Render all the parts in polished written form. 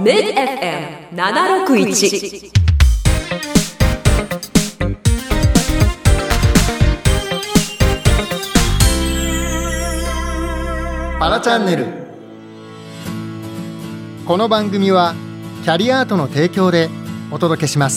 MIG-FM761。 パラチャンネル。この番組はキャリアートの提供でお届けします。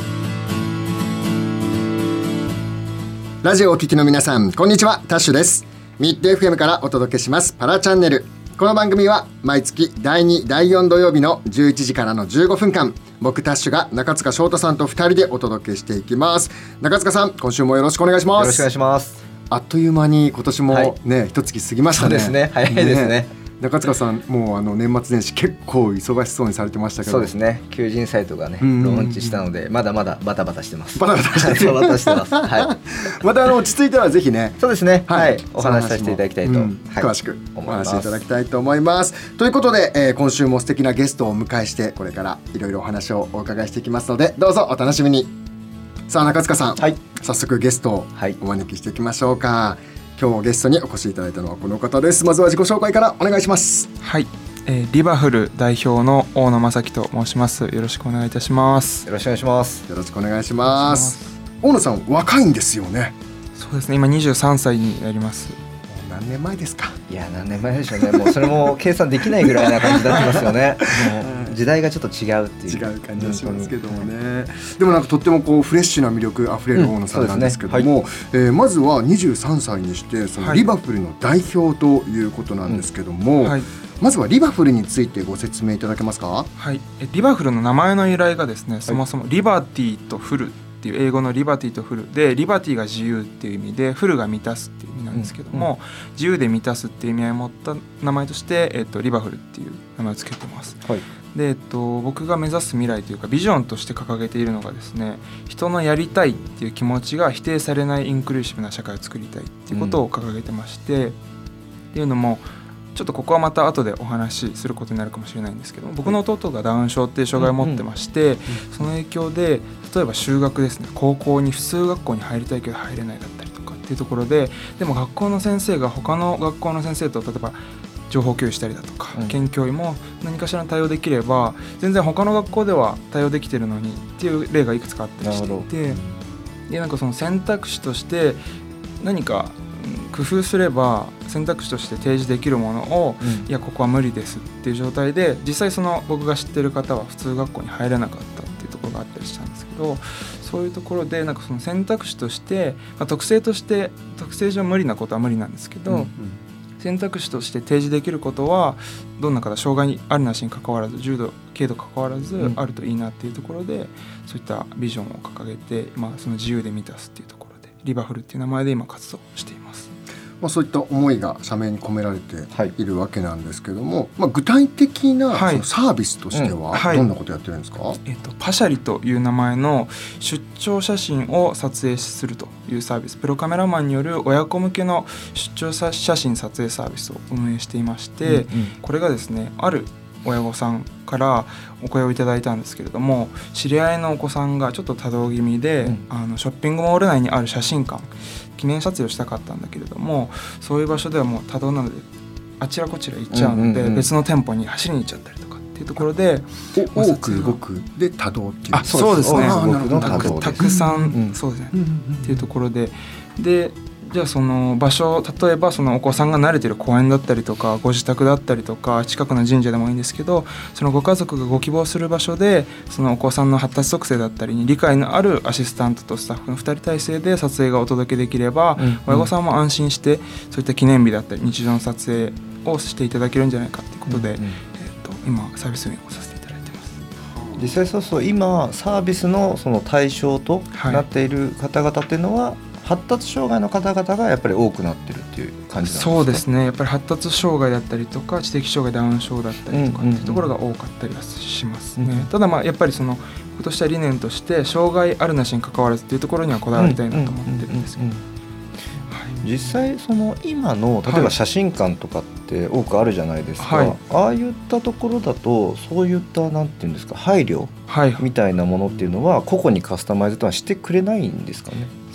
ラジオをお聞きの皆さん、こんにちは。タッシュです。ミッド FM からお届けしますパラチャンネル。この番組は毎月第2第4土曜日の11時からの15分間、僕タッシュが中塚翔太さんと2人でお届けしていきます。中塚さん、今週もよろしくお願いします。 よろしくお願いします。 あっという間に今年もね、一月過ぎましたね。 そうですね、早いですね。 中塚さん、もう年末年始結構忙しそうにされてましたけど。 そうですね、求人サイトがね、ローンチしたのでまだまだバタバタしてます。 バタバタしてます、はい、 また落ち着いたらぜひね、 そうですね、はい、お話しさせていただきたいと、 詳しくお話しいただきたいと思います。ということで、今週も素敵なゲストをお迎えして、これからいろいろお話をお伺いしていきますので、どうぞお楽しみに。さあ中塚さん、早速ゲストをお招きしていきましょうか。今日ゲストにお越しいただいたのはこの方です。まずは自己紹介からお願いします。 はい、リバフル代表の大野正樹と申します。よろしくお願いいたします。 よろしくお願いします。 よろしくお願いします。大野さん、若いんですよね。 そうですね、今23歳になります。 何年前ですか。 いや、何年前でしょうね。もうそれも計算できないぐらいな感じになってますよね。もう時代がちょっと違うっていう、 違う感じがしますけどもね。でもなんかとってもこうフレッシュな魅力あふれる大野さんなんですけども、まずは23歳にしてそのリバフルの代表ということなんですけども、まずはリバフルについてご説明いただけますか。 はい、リバフルの名前の由来がですね、そもそもリバティとフルっていう英語のリバティとフルで、リバティが自由っていう意味で、フルが満たすっていう意味なんですけども、自由で満たすっていう意味合いを持った名前として、リバフルっていう名前をつけてます。で、僕が目指す未来というかビジョンとして掲げているのがですね、人のやりたいっていう気持ちが否定されないインクルーシブな社会を作りたいっていうことを掲げてまして、っていうのもちょっとここはまた後でお話しすることになるかもしれないんですけども、僕の弟がダウン症っていう障害を持ってまして、その影響で例えば就学ですね、高校に普通学校に入りたいけど入れないだったりとかっていうところで、でも学校の先生が他の学校の先生と例えば情報共有したりだとか、県教委も何かしら対応できれば全然他の学校では対応できてるのにっていう例がいくつかあったりしていて、でなんかその選択肢として何か工夫すれば選択肢として提示できるものを、いやここは無理ですっていう状態で、実際その僕が知ってる方は普通学校に入れなかったっていうところがあったりしたんですけど、そういうところでなんかその選択肢として、特性として特性上無理なことは無理なんですけど、選択肢として提示できることはどんな方、障害あるなしに関わらず、重度軽度関わらずあるといいなっていうところで、そういったビジョンを掲げて、その自由で満たすっていうところでリバフルっていう名前で今活動しています。 そういった思いが社名に込められているわけなんですけども、具体的なそのサービスとしてはどんなことやってるんですか。 パシャリという名前の出張写真を撮影するというサービス、プロカメラマンによる親子向けの出張写真撮影サービスを運営していまして、これがですね、ある親御さんからお声をいただいたんですけれども、知り合いのお子さんがちょっと多動気味で、ショッピングモール内にある写真館、記念撮影をしたかったんだけれども、そういう場所ではもう多動なのであちらこちら行っちゃうので、別の店舗に走りに行っちゃったりとかっていうところで、 多く動くで多動っていう。 そうですね、たくさん、 そうですね、っていうところで、じゃあその場所、例えばそのお子さんが慣れている公園だったりとかご自宅だったりとか近くの神社でもいいんですけど、そのご家族がご希望する場所でそのお子さんの発達特性だったりに理解のあるアシスタントとスタッフの2人体制で撮影がお届けできれば、親御さんも安心してそういった記念日だったり日常の撮影をしていただけるんじゃないかということで、今サービス運営をさせていただいてます。 実際そう今サービスのその対象となっている方々っていうのは、発達障害の方々がやっぱり多くなってるっていう感じなんですか。 そうですね、やっぱり発達障害だったりとか知的障害、ダウン症だったりとかっていうところが多かったりはしますね。ただやっぱりその僕とした理念として障害あるなしに関わらずっていうところにはこだわりたいなと思ってるんですよ。 実際その今の例えば写真館とかって多くあるじゃないですか、ああいったところだとそういったなんていうんですか、配慮みたいなものっていうのは個々にカスタマイズとはしてくれないんですかね。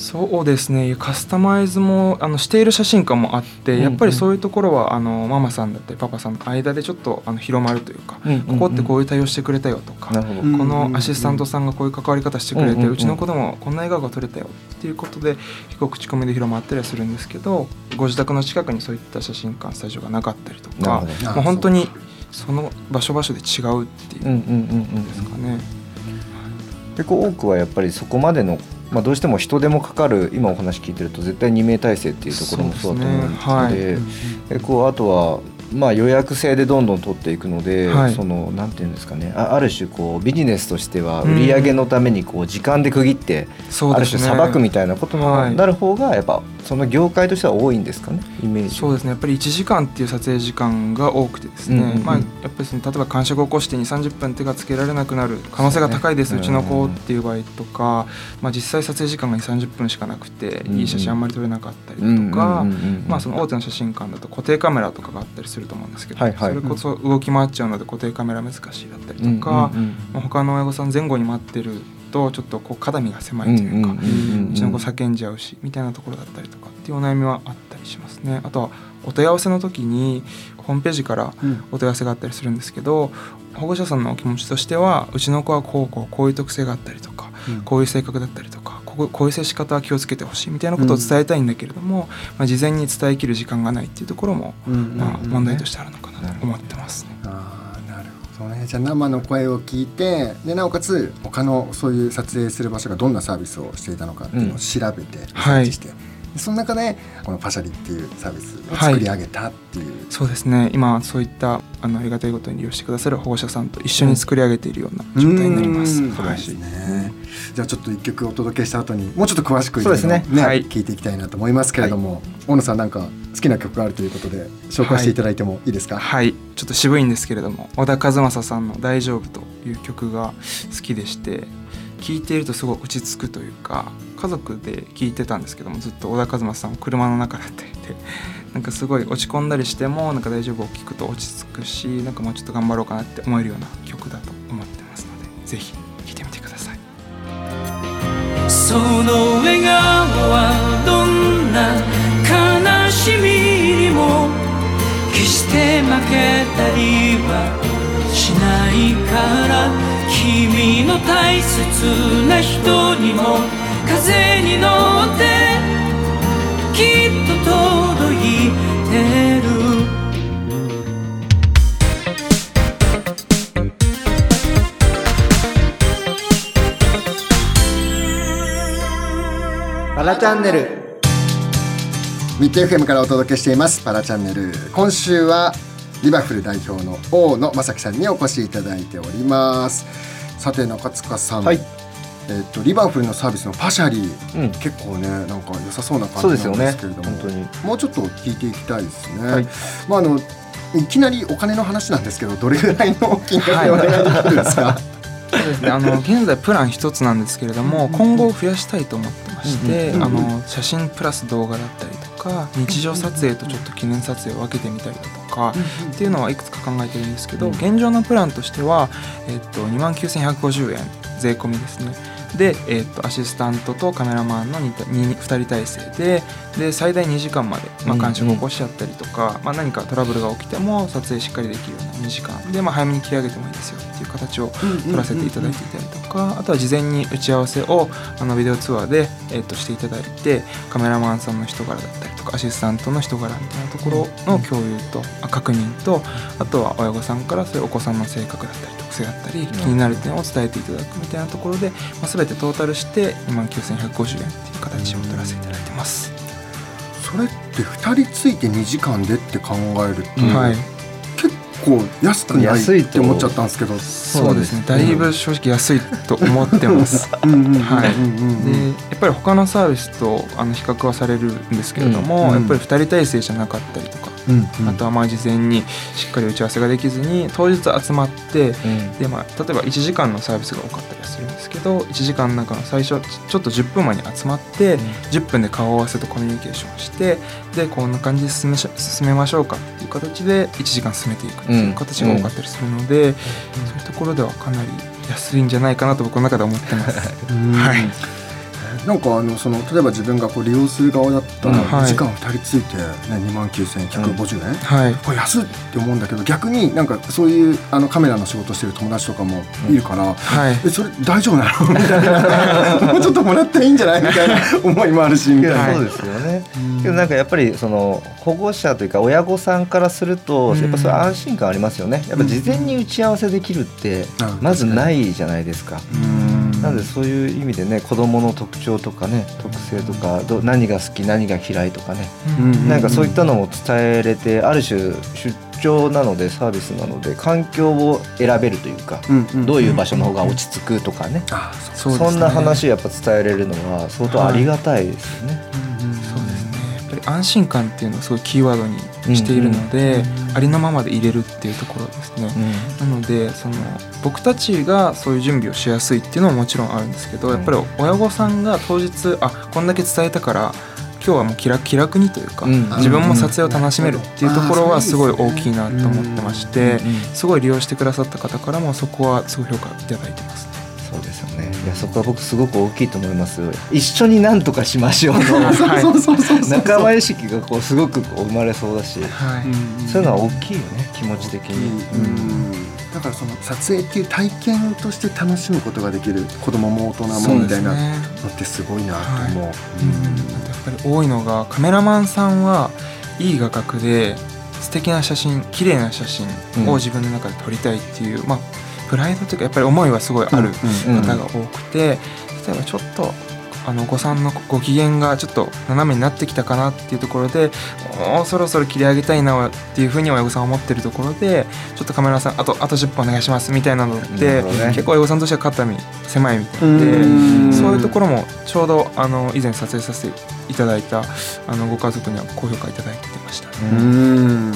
そうですね、カスタマイズもしている写真館もあって、やっぱりそういうところはママさんだったりパパさんの間でちょっと広まるというか、ここってこういう対応してくれたよとか、このアシスタントさんがこういう関わり方してくれて、うちの子でもこんな笑顔が撮れたよっていうことで結構口コミで広まったりはするんですけど、ご自宅の近くにそういった写真館スタジオがなかったりとか、もう本当にその場所場所で違うっていうんですかね。 結構多くはやっぱりそこまでのどうしても人手もかかる、今お話聞いてると絶対2名体制っていうところもそうだと思うんですけど、あとは予約制でどんどん取っていくので、そのなんていうんですかね、ある種こうビジネスとしては売り上げのためにこう時間で区切って、ある種さばくみたいなことになる方がやっぱその業界としては多いんですかね、イメージ。 そうですね、やっぱり1時間っていう撮影時間が多くてですね、やっぱり例えば感触を起こして 2,30 分手がつけられなくなる可能性が高いです、うちの子っていう場合とか、実際撮影時間が 2,30 分しかなくていい写真あんまり撮れなかったりとか、その大手の写真館だと固定カメラとかがあったりすると思うんですけど、それこそ動き回っちゃうので固定カメラ難しいだったりとか、他の親御さん前後に待ってるとちょっとこう肩身が狭いというか、うちの子叫んじゃうしみたいなところだったりとかっていうお悩みはあったりしますね。あとはお問い合わせの時にホームページからお問い合わせがあったりするんですけど、保護者さんのお気持ちとしてはうちの子はこういう特性があったりとか、こういう性格だったりとか、こういう接し方は気をつけてほしいみたいなことを伝えたいんだけれども、事前に伝えきる時間がないっていうところも問題としてあるのかなと思ってますね。 じゃあ生の声を聞いて、でなおかつ他のそういう撮影する場所がどんなサービスをしていたのかっていうのを調べてリサーチして、その中でこのパシャリっていうサービスを作り上げたっていう、 そうですね、今そういったありがたいことに利用してくださる保護者さんと一緒に作り上げているような状態になります。 素晴らしいね。じゃあちょっと一曲お届けした後にもうちょっと詳しく聞いていきたいなと思いますけれども、大野さんなんか好きな曲があるということで紹介していただいてもいいですか？ はい、ちょっと渋いんですけれども、小田和正さんの大丈夫という曲が好きでして、聴いているとすごい落ち着くというか、家族で聴いてたんですけどもずっと小田和正さんを車の中だったりで、なんかすごい落ち込んだりしてもなんか大丈夫を聴くと落ち着くし、なんかもうちょっと頑張ろうかなって思えるような曲だと思ってますので、ぜひ聴いてみてください。 その笑顔はどんな悲しみにも決して負けたりはしないから、君の大切な人にも風に乗ってきっと届いてる。 パラチャンネルミッド FM からお届けしていますパラチャンネル。今週はリバフル代表の大野正樹さんにお越しいただいております。さて中塚さん、リバフルのサービスのパシャリー、結構ねなんか良さそうな感じなんですけれども、もうちょっと聞いていきたいですね。いきなりお金の話なんですけど、どれぐらいの金額でお願いできるんですか？ そうですね、現在プラン一つなんですけれども、今後増やしたいと思ってまして、写真プラス動画だったりとか日常撮影とちょっと記念撮影を分けてみたりだとかっていうのはいくつか考えてるんですけど、現状のプランとしては、29,150円税込みですね。で、アシスタントとカメラマンの 2人体制で最大2時間まで、感触を起こしちゃったりとか、何かトラブルが起きても撮影しっかりできるような2時間で、早めに切り上げてもいいですよっていう形を取らせていただいていたりとか、あとは事前に打ち合わせをビデオ通話で、していただいて、カメラマンさんの人柄だったりとかアシスタントの人柄みたいなところの共有と確認と、あとは親御さんからそういうお子さんの性格だったり特性だったり気になる点を伝えていただくみたいなところで、全てトータルして29,150円っていう形を取らせていただいてます。 それって2人ついて2時間でって考えると、結構安くないって思っちゃったんですけど。 そうですね、だいぶ正直安いと思ってますでやっぱり他のサービスと比較はされるんですけれども、やっぱり2人体制じゃなかったりとか、あとは事前にしっかり打ち合わせができずに当日集まって、で例えば1時間のサービスが多かったりするんですけど、1時間の中の最初ちょっと10分前に集まって、10分で顔合わせとコミュニケーションして、でこんな感じで進めましょうかっていう形で1時間進めていくっていう形が多かったりするので、そういうところではかなり安いんじゃないかなと僕の中で思ってます。 なんかその例えば自分がこう利用する側だったら2時間2人ついて、ね、29,150円、はい、これ安いって思うんだけど、逆になんかそういうカメラの仕事してる友達とかもいるから、はい、それ大丈夫なのみたいなもうちょっともらっていいんじゃないみたいな思いもあるしみたいな。 そうですよね。けどなんかやっぱりその保護者というか親御さんからするとやっぱそれ安心感ありますよね。やっぱ事前に打ち合わせできるってまずないじゃないですか。なのでそういう意味でね、子どもの特徴とかね、特性とか何が好き何が嫌いとかね、なんかそういったのも伝えれて、ある種出張なのでサービスなので環境を選べるというか、どういう場所の方が落ち着くとかね、そんな話をやっぱ伝えれるのは相当ありがたいですよね。 そうですね。やっぱり安心感っていうのをすごいキーワードにしているので、ありのままで入れるっていうところですね。なのでその僕たちがそういう準備をしやすいっていうのももちろんあるんですけど、やっぱり親御さんが当日こんだけ伝えたから今日はもう気楽にというか、自分も撮影を楽しめるっていうところはすごい大きいなと思ってまして、すごい利用してくださった方からもそこはすごい評価いただいてます。 そうですよね。いや、そこは僕すごく大きいと思います。一緒に何とかしましょうの仲間意識がこうすごくこう生まれそうだし、そういうのは大きいよね、気持ち的に。 だからその撮影っていう体験として楽しむことができる、子供も大人もみたいなのってすごいなと思う。やっぱり多いのがカメラマンさんはいい画角で素敵な写真、綺麗な写真を自分の中で撮りたいっていう、プライドというかやっぱり思いはすごいある方が多くて、例えばちょっとお子さんのご機嫌がちょっと斜めになってきたかなっていうところで、もうそろそろ切り上げたいなっていうふうに親御さんは思ってるところで、ちょっとカメラさんあと10分お願いしますみたいなのって、結構親御さんとしては肩身狭いみたいで、そういうところもちょうど以前撮影させていただいたご家族には高評価いただいてましたね。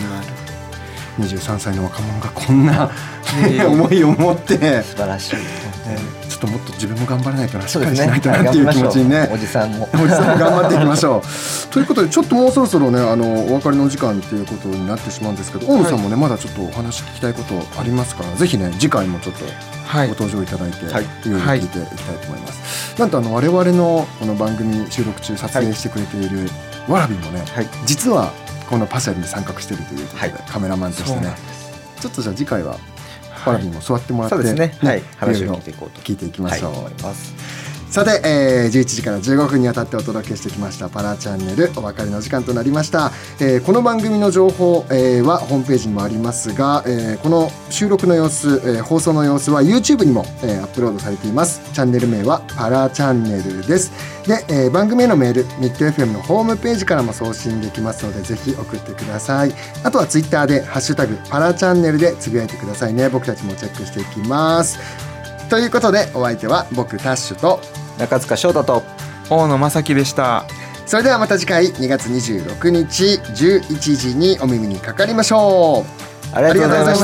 23歳の若者がこんな思いを持って素晴らしい。 ちょっともっと自分も頑張らないとな、しっかりしないとなっていう気持ちにね、 おじさんも頑張っていきましょうということで、ちょっともうそろそろねお別れの時間ということになってしまうんですけど、大野さんもねまだちょっとお話聞きたいことありますから、ぜひね次回もちょっとご登場いただいて、いろいろ聞いていきたいと思います。なんと我々のこの番組収録中撮影してくれているわらびもね、実はこのパシャリに参画しているということで、カメラマンとしてね、ちょっとじゃあ次回はわらびも座ってもらって、 そうですね、話を聞いていきましょう。さて、11時から15分にあたってお届けしてきましたパラチャンネル、お別れの時間となりました。この番組の情報、はホームページにもありますが、この収録の様子、放送の様子は YouTube にも、アップロードされています。チャンネル名はパラチャンネルです。で、番組へのメール、ミッド FM のホームページからも送信できますので、ぜひ送ってください。あとは Twitter でハッシュタグパラチャンネルでつぶやいてくださいね。僕たちもチェックしていきます。ということで、お相手は僕タッシュと中塚翔太と大野正樹でした。 それではまた次回2月26日11時にお耳にかかりましょう。 ありがとうございました。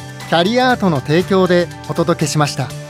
この番組はキャリアアートの提供でお届けしました。